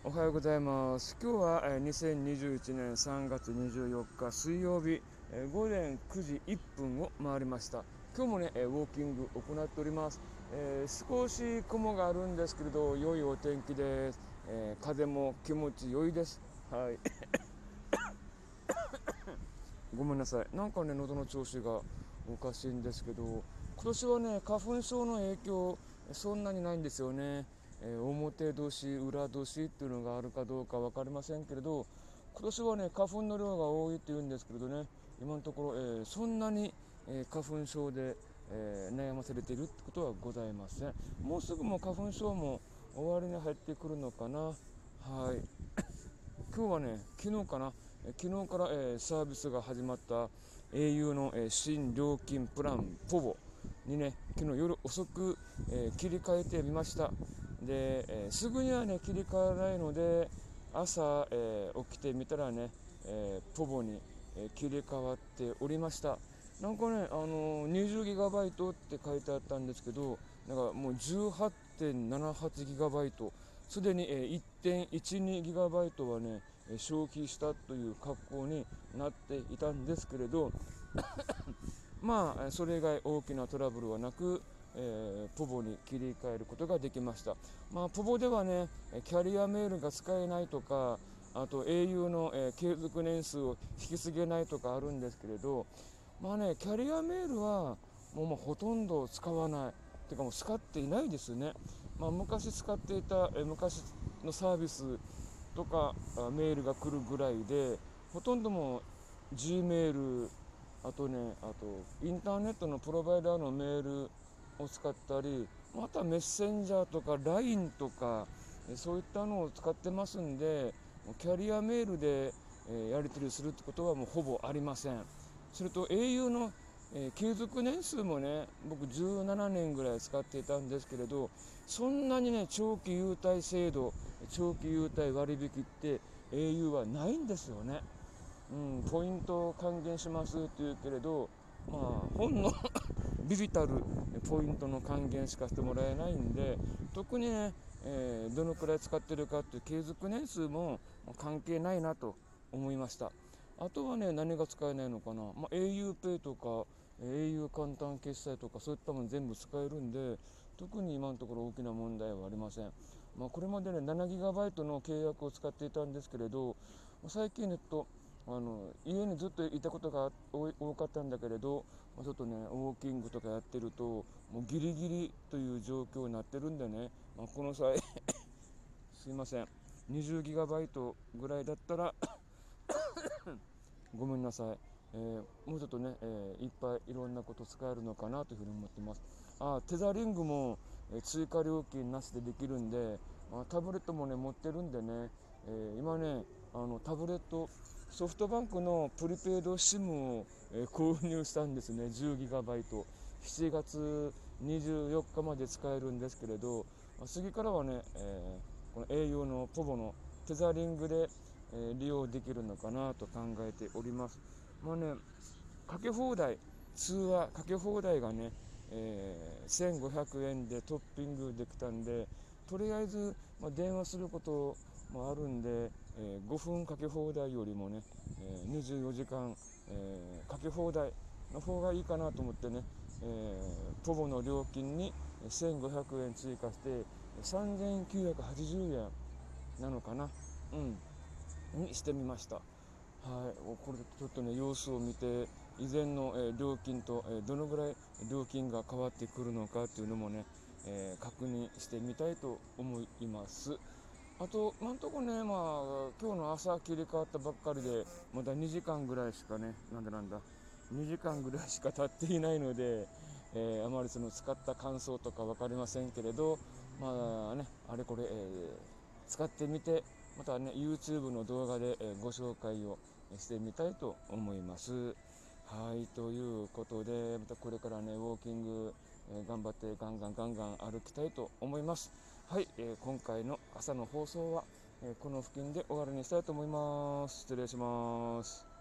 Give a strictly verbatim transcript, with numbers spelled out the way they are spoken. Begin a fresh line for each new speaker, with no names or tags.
おはようございます。今日はえーにせんにじゅういちねんさんがつにじゅうよっか水曜日、えー午前くじいっぷんを回りました。今日もね、えーウォーキング行っております。えー少し雲があるんですけれど、良いお天気です。えー風も気持ち良いです。はい。ごめんなさい。なんかね、喉の調子がおかしいんですけど、今年はね、花粉症の影響、そんなにないんですよね。えー表年、裏年っていうのがあるかどうか分かりませんけれど、今年はね、花粉の量が多いっていうんですけれどね、今のところ、えーそんなに、えー花粉症で、えー悩まされているってことはございません。もうすぐもう花粉症も終わりに入ってくるのかな。はい。今日はね、昨日かな、え昨日から、えーサービスが始まった au の、えー新料金プランポボにね、昨日夜遅く、えー切り替えてみました。で、えーすぐにはね、切り替えないので、朝、えー起きてみたらね、えーポボに、えー切り替わっておりました。なんかね、あのー、にじゅうギガバイト って書いてあったんですけど、なんかもう じゅうはちてんななはちギガバイト、すでに いってんいちにギガバイトはね、消費したという格好になっていたんですけれど、まあ、それ以外大きなトラブルはなく、えーポボに切り替えることができました。まあ、ポボではね、キャリアメールが使えないとか、あと au の、えー継続年数を引き継げないとかあるんですけれど、まあね、キャリアメールはもうもうほとんど使わない。ていうかもう使っていないですね。まあ、昔使っていた、えー昔のサービスとかメールが来るぐらいで、ほとんどもう G メール、あとね、あとインターネットのプロバイダーのメールを使ったり、またメッセンジャーとか ライン とか、そういったのを使ってますんで、キャリアメールでやり取りするってことはもうほぼありません。それと au のえー継続年数もね、僕じゅうななねんぐらい使っていたんですけれど、そんなにね、長期優待制度、長期優待割引って au はないんですよね。うん、ポイントを還元しますって言うけれど、まあ、ほんのビビたるポイントの還元しかしてもらえないんで、特にね、えーどのくらい使ってるかっていう継続年数も関係ないなと思いました。あとはね、何が使えないのかな、まあ、auPay とか au 簡単決済とかそういったもの全部使えるんで、特に今のところ大きな問題はありません。まあ、これまでね ななギガバイト の契約を使っていたんですけれど、最近ネットあの家にずっといたことが多い多かったんだけれど、まあちょっとねウォーキングとかやってるともうギリギリという状況になってるんでね、まあ、この際すいません、にじゅうギガバイトぐらいだったらごめんなさい、えーもうちょっとね、えーいっぱいいろんなこと使えるのかなというふうに思ってます。あ、テザリングも、えー追加料金なしでできるんで、まあ、タブレットもね持ってるんでね、えー今ねあのタブレットソフトバンクのプリペイド SIM を、えー購入したんですね。 じゅうギガバイト、しちがつにじゅうよっかまで使えるんですけれど、まあ次からはね、えーこの au のポボのテザリングでえー利用できるのかなと考えております。まあね、かけ放題、通話かけ放題がね、えーせんごひゃくえんでトッピングできたんで、とりあえず、まあ、電話することもあるんで、えーごふんかけ放題よりもね、えーにじゅうよじかん、えーかけ放題の方がいいかなと思ってね、えーポボの料金にせんごひゃくえん追加してさんぜんきゅうひゃくはちじゅうえんなのかな、うんにしてみました。はい、これちょっとね様子を見て、以前の、えー料金と、えーどのぐらい料金が変わってくるのかっていうのもね、えー確認してみたいと思います。あと今んとこね、まあ今日の朝切り替わったばっかりで、まだにじかんぐらいしかね、なんだなんだにじかんぐらいしか経っていないので、えーあまりその使った感想とか分かりませんけれど、まあね、あれこれ、えー使ってみて、またね YouTube の動画で、えーご紹介をしてみたいと思います。はい、ということで、またこれからねウォーキング、えー頑張ってガンガンガンガン歩きたいと思います。はい、えー今回の朝の放送は、えーこの付近で終わりにしたいと思います。失礼します。